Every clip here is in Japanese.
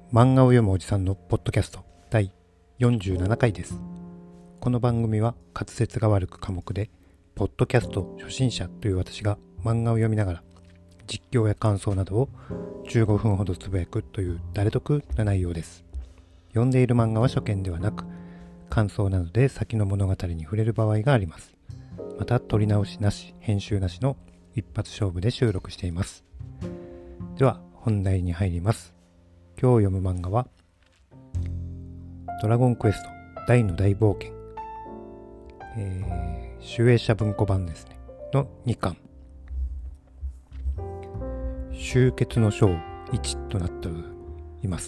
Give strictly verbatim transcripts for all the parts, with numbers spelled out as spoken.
漫画を読むおじさんのポッドキャストだいよんじゅうななかいです。この番組は滑舌が悪く寡黙でポッドキャスト初心者という私が漫画を読みながら実況や感想などをじゅうごふんほどつぶやくという誰得な内容です。読んでいる漫画は初見ではなく、感想などで先の物語に触れる場合があります。また撮り直しなし編集なしの一発勝負で収録しています。では本題に入ります。今日読む漫画はドラゴンクエスト大の大冒険、えー、集英社文庫版ですねのにかん、終結の章いちとなっています。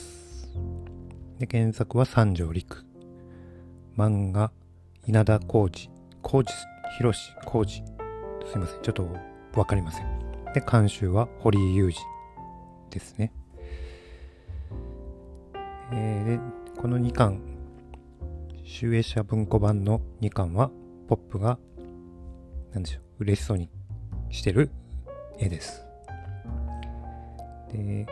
で原作は三条陸、漫画稲田浩二浩二博士浩二すいませんちょっとわかりません。で監修は堀井雄二ですね。えー、でこのにかん、集英社文庫版のにかんはポップが何でしょう嬉しそうにしてる絵です。で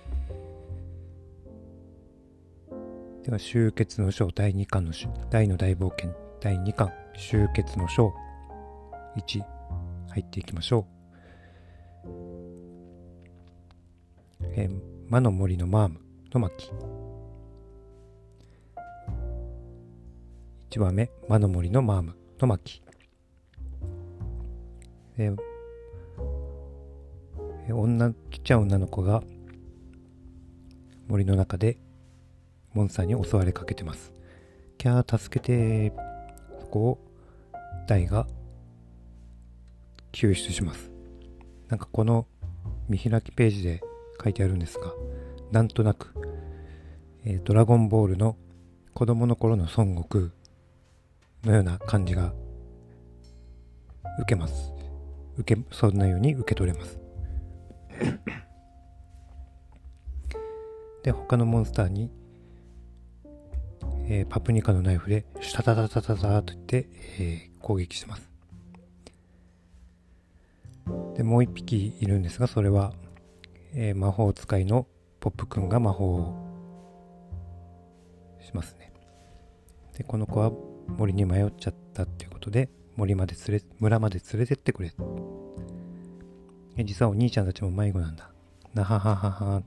では終結の章だいにかんの大の大冒険だいにかん終結の章いち入っていきましょう。えー、魔の森のマームの巻、いちわめ魔の森のマームの巻、えーえー、女ちっちゃい女の子が森の中でモンスターに襲われかけてます。キャー助けて。そこをダイが救出します。なんかこの見開きページで書いてあるんですが、なんとなく、えー、ドラゴンボールの子供の頃の孫悟空のような感じが受けます。受けそんなように受け取れますで他のモンスターに、えー、パプニカのナイフでシュタタタタタタと言って、えー、攻撃してます。でもう一匹いるんですが、それは、えー、魔法使いのポップくんが魔法をしますね。でこの子は森に迷っちゃったっていうことで森まで連れ村まで連れてってくれ。え実はお兄ちゃんたちも迷子なんだ。なはははは。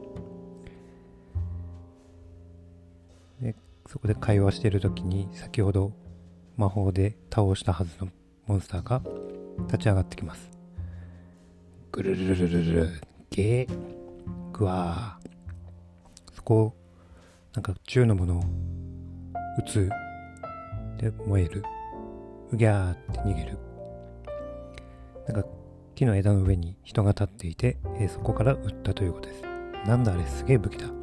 でそこで会話している時に先ほど魔法で倒したはずのモンスターが立ち上がってきます。ぐるるるるるるゲーグワー。そこをなんか銃のものを撃つで燃える。うぎゃーって逃げる。なんか木の枝の上に人が立っていて、えー、そこから撃ったということです。なんだあれ、すげえ武器だ。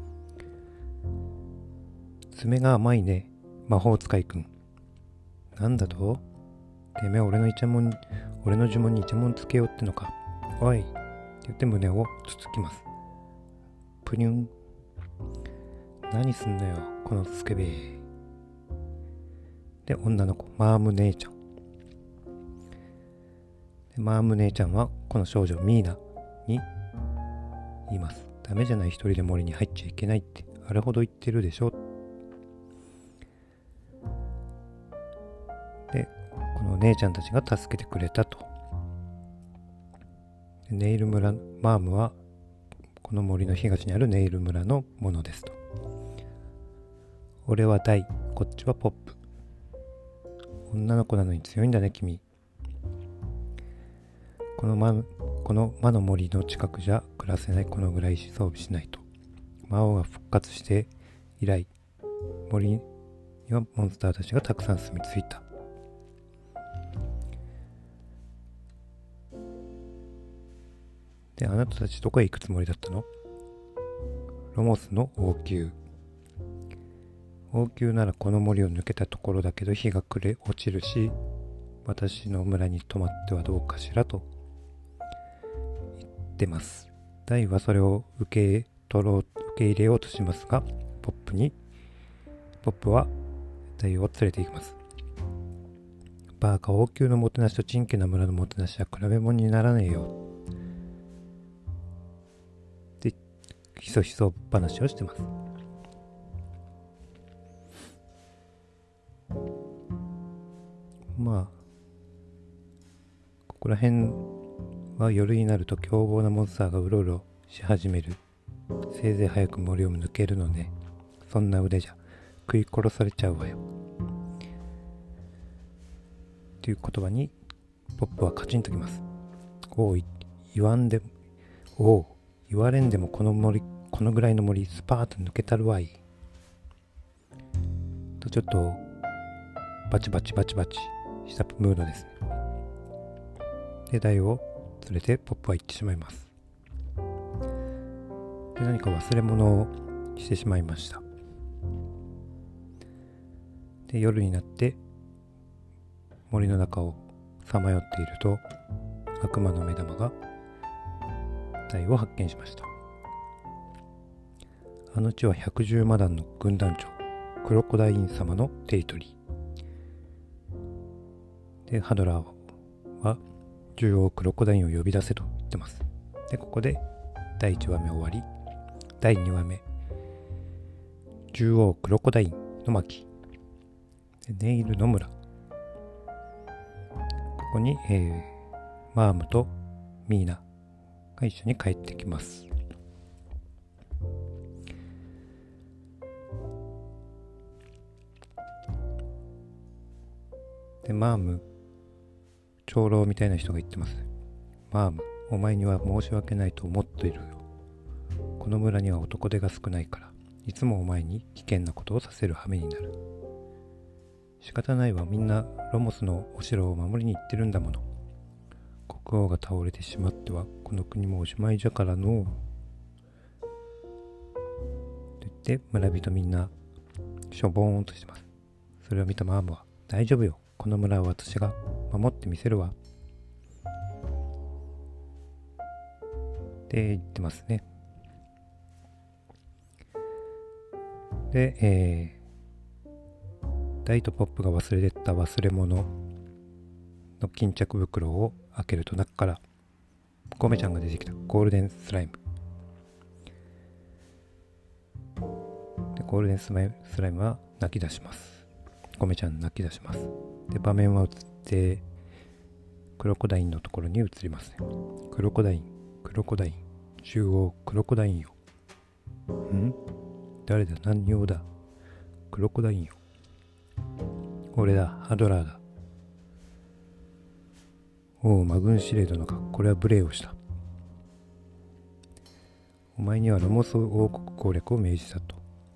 爪が甘いね、魔法使いくん。なんだと？てめえ俺のイチャモン、俺の呪文にイチャモンつけようってのか。おいって言って胸をつつきます。ぷにゅん。何すんのよ、このスケベー。で、女の子、マーム姉ちゃん。でマーム姉ちゃんはこの少女ミーナに言います。ダメじゃない、一人で森に入っちゃいけないって。あれほど言ってるでしょ。で、この姉ちゃんたちが助けてくれたと。でネイル村、マームはこの森の東にあるネイル村のものですと。俺はダイ、こっちはポップ。女の子なのに強いんだね君。この魔、この魔の森の近くじゃ暮らせない。このぐらい装備しないと。魔王が復活して以来、森にはモンスターたちがたくさん住み着いた。で、あなたたちどこへ行くつもりだったの？ロモスの王宮。王宮ならこの森を抜けたところだけど日が暮れ落ちるし、私の村に泊まってはどうかしらと言ってます。ダイはそれを受け取ろう、受け入れようとしますが、ポップにポップはダイを連れて行きます。バーカ、王宮のもてなしとチンケな村のもてなしは比べ物にならねえよってひそひそ話をしてます。まあここら辺は夜になると凶暴なモンスターがうろうろし始める。せいぜい早く森を抜けるので、そんな腕じゃ食い殺されちゃうわよ。という言葉にポップはカチンときます。おう、言わんでおう言われんでもこの森このぐらいの森スパーッと抜けたるわいと、ちょっとバチバチバチバチしたムードですね。で、ダイを連れてポップは行ってしまいます。で、何か忘れ物をしてしまいました。で、夜になって森の中をさまよっていると、悪魔の目玉がダイを発見しました。あの地は百獣魔団の軍団長クロコダイン様のテリトリーで、ハドラーは獣王クロコダインを呼び出せと言ってます。で、ここでだいいちわめ終わり、だいにわめ獣王クロコダインの巻で、ネイルの村、ここに、えー、マームとミーナが一緒に帰ってきます。で、マーム長老みたいな人が言ってます。マーム、お前には申し訳ないと思っているよ。この村には男手が少ないから、いつもお前に危険なことをさせる羽目になる。仕方ないわ、みんなロモスのお城を守りに行ってるんだもの。国王が倒れてしまってはこの国もおしまいじゃからの。と言って村人みんなしょぼーんとしてます。それを見たマームは、大丈夫よ、この村は私が守ってみせるわって言ってますね。で、えー、ダイとポップが忘れてった忘れ物の巾着袋を開けると、中からゴメちゃんが出てきた。ゴールデンスライムで、ゴールデンスライムは泣き出します。ゴメちゃん泣き出します。で、場面は移ってクロコダインのところに移りますね。クロコダインクロコダイン中央クロコダインよ。ん誰だ、何用だ。クロコダインよ。俺だ、ハドラーだ。おう、マグン司令殿か、これは無礼をした。お前にはロモス王国攻略を命じたと。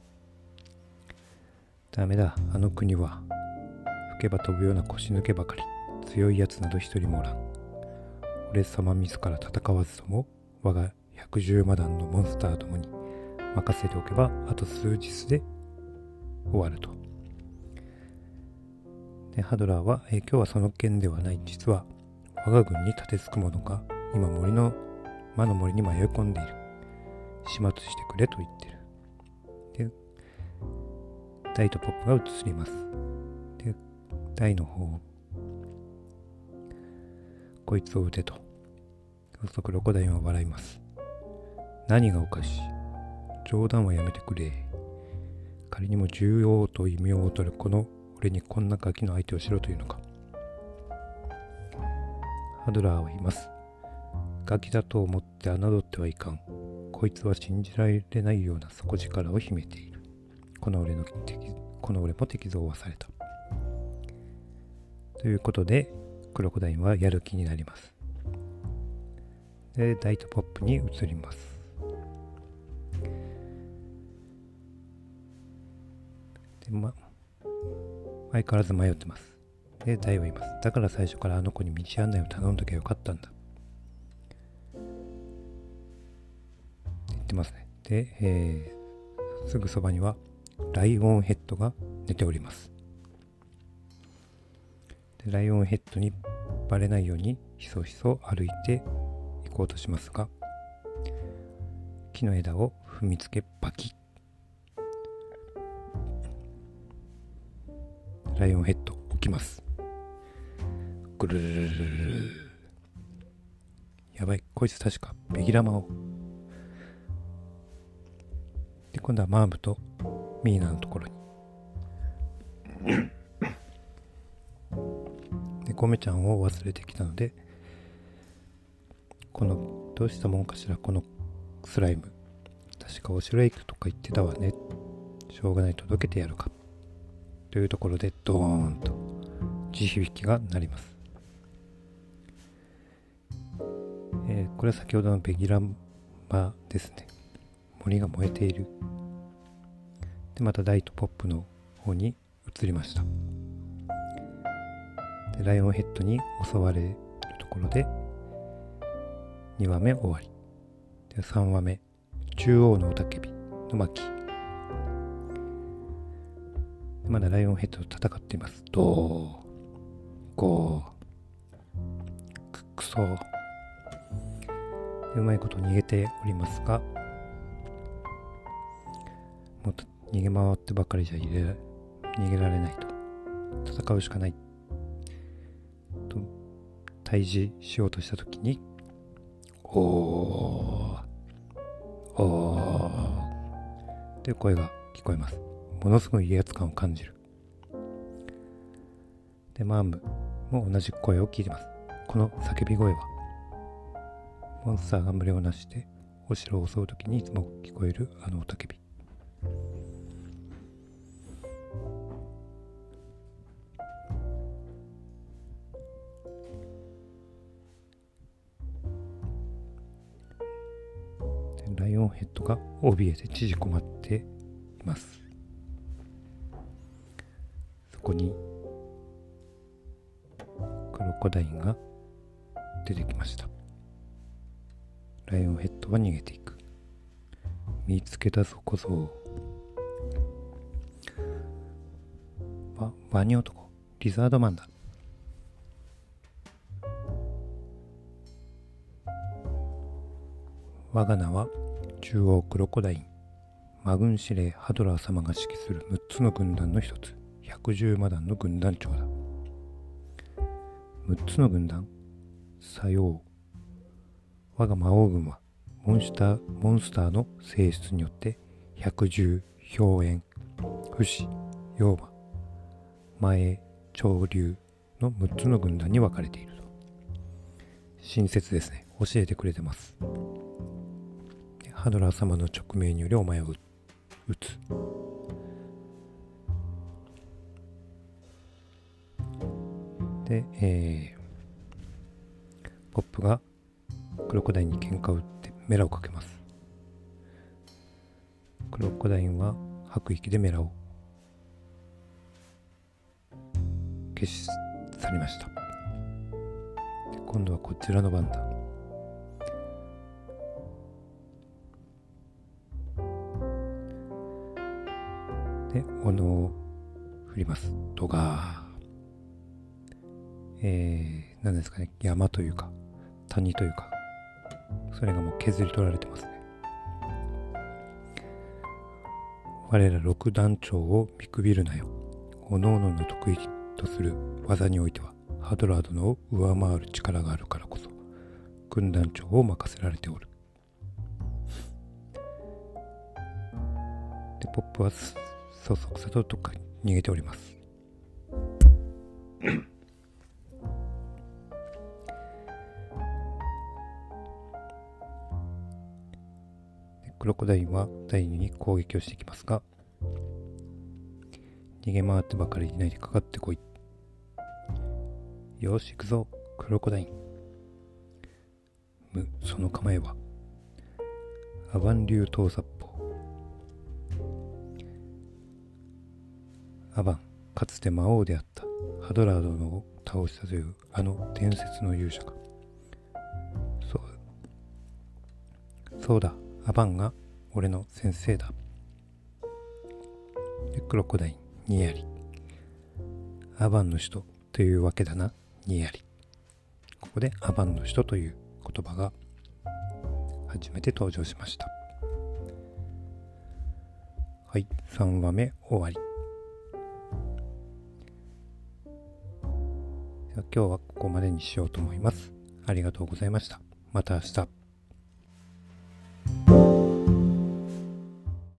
ダメだ、あの国は吹けば飛ぶような腰抜けばかり、強いやつなど一人もおらん。俺様自ら戦わずとも我が百獣魔団のモンスターどもに任せておけば、あと数日で終わると。で、ハドラーは、えー、今日はその件ではない。実は我が軍に立てつく者が今森の魔の森に迷い込んでいる。始末してくれと言ってる。で、ダイとポップが映ります。で、ダイの方、こいつを撃てと。そうするとクロコダインは笑います。何がおかしい。冗談はやめてくれ。仮にも獣王と異名を取るこの俺にこんなガキの相手をしろというのか。ハドラーは言います。ガキだと思って侮ってはいかん。こいつは信じられないような底力を秘めている。この俺の敵、この俺も敵像はされた。ということで、クロコダインはやる気になります。で、ダイとポップに移ります。で、ま、相変わらず迷ってます。で、ダイは言います。だから最初からあの子に道案内を頼んどきゃよかったんだ。言ってますね。で、えー、すぐそばにはライオンヘッドが寝ております。で、ライオンヘッドにバレないようにひそひそ歩いて行こうとしますが、木の枝を踏みつけバキッ。ライオンヘッド起きます。ぐるるるるる。やばい、こいつ確かベギラマを。 今度はマームとミーナのところにでコメちゃんを忘れてきたので、このどうしたもんかしらこのスライム、確かお城へ行くとか言ってたわね、しょうがない届けてやるかというところでドーンと地響きが鳴ります。えー、これは先ほどのベギラマですね。森が燃えている。でまたダイとポップの方に移りました。でライオンヘッドに襲われるところでにわめ終わりで、さんわめ中央の雄たけびの巻、まだライオンヘッドと戦っています。どうこうくくそ、うまいこと逃げておりますが、もっと逃げ回ってばかりじゃ入れ逃げられないと、戦うしかないと対峙しようとしたときに、おーおーという声が聞こえます。ものすごい威圧感を感じる。でマームも同じ声を聞いてます。この叫び声はモンスターが群れをなしてお城を襲うときにいつも聞こえるあの雄たけび。ライオンヘッドが怯えて縮こまっています。そこにクロコダインが出てきました。ライオンヘッドは逃げていく。見つけたぞ小僧。わワニ男、リザードマンだ。我が名は中央クロコダイン、魔軍司令ハドラー様が指揮するむっつの軍団の一つ、百獣魔団の軍団長だ。むっつの軍団、さよう。我が魔王軍はモンスター、モンスターの性質によって百獣、氷炎、不死、妖魔、魔影、潮流のむっつの軍団に分かれていると。親切ですね。教えてくれてます。ハドラー様の勅命によりお前を撃つ。で、えー、ポップがクロコダインに喧嘩を打ってメラをかけます。クロコダインは吐く息でメラを消し去りました。で今度はこちらの番だ。で斧を振ります。ドガー。えー、何ですかね、山というか谷というか、それがもう削り取られてますね。我ら六団長を見くびるなよ。おのおのの得意とする技においてはハドラー殿を上回る力があるからこそ軍団長を任せられておる。でポップはそそくさとどっかに逃げております。クロコダインは第二に攻撃をしてきますが、逃げ回ってばかりいないでかかってこい。よし行くぞクロコダイン。むその構えはアバン流刀殺法。アバン、かつて魔王であったハドラー殿を倒したというあの伝説の勇者か。そうそうだ、アバンが俺の先生だ。でクロコダインにやり。アバンの人というわけだな、にやり。ここでアバンの人という言葉が初めて登場しました。はい、さんわめ終わり。今日はここまでにしようと思います。ありがとうございました。また明日。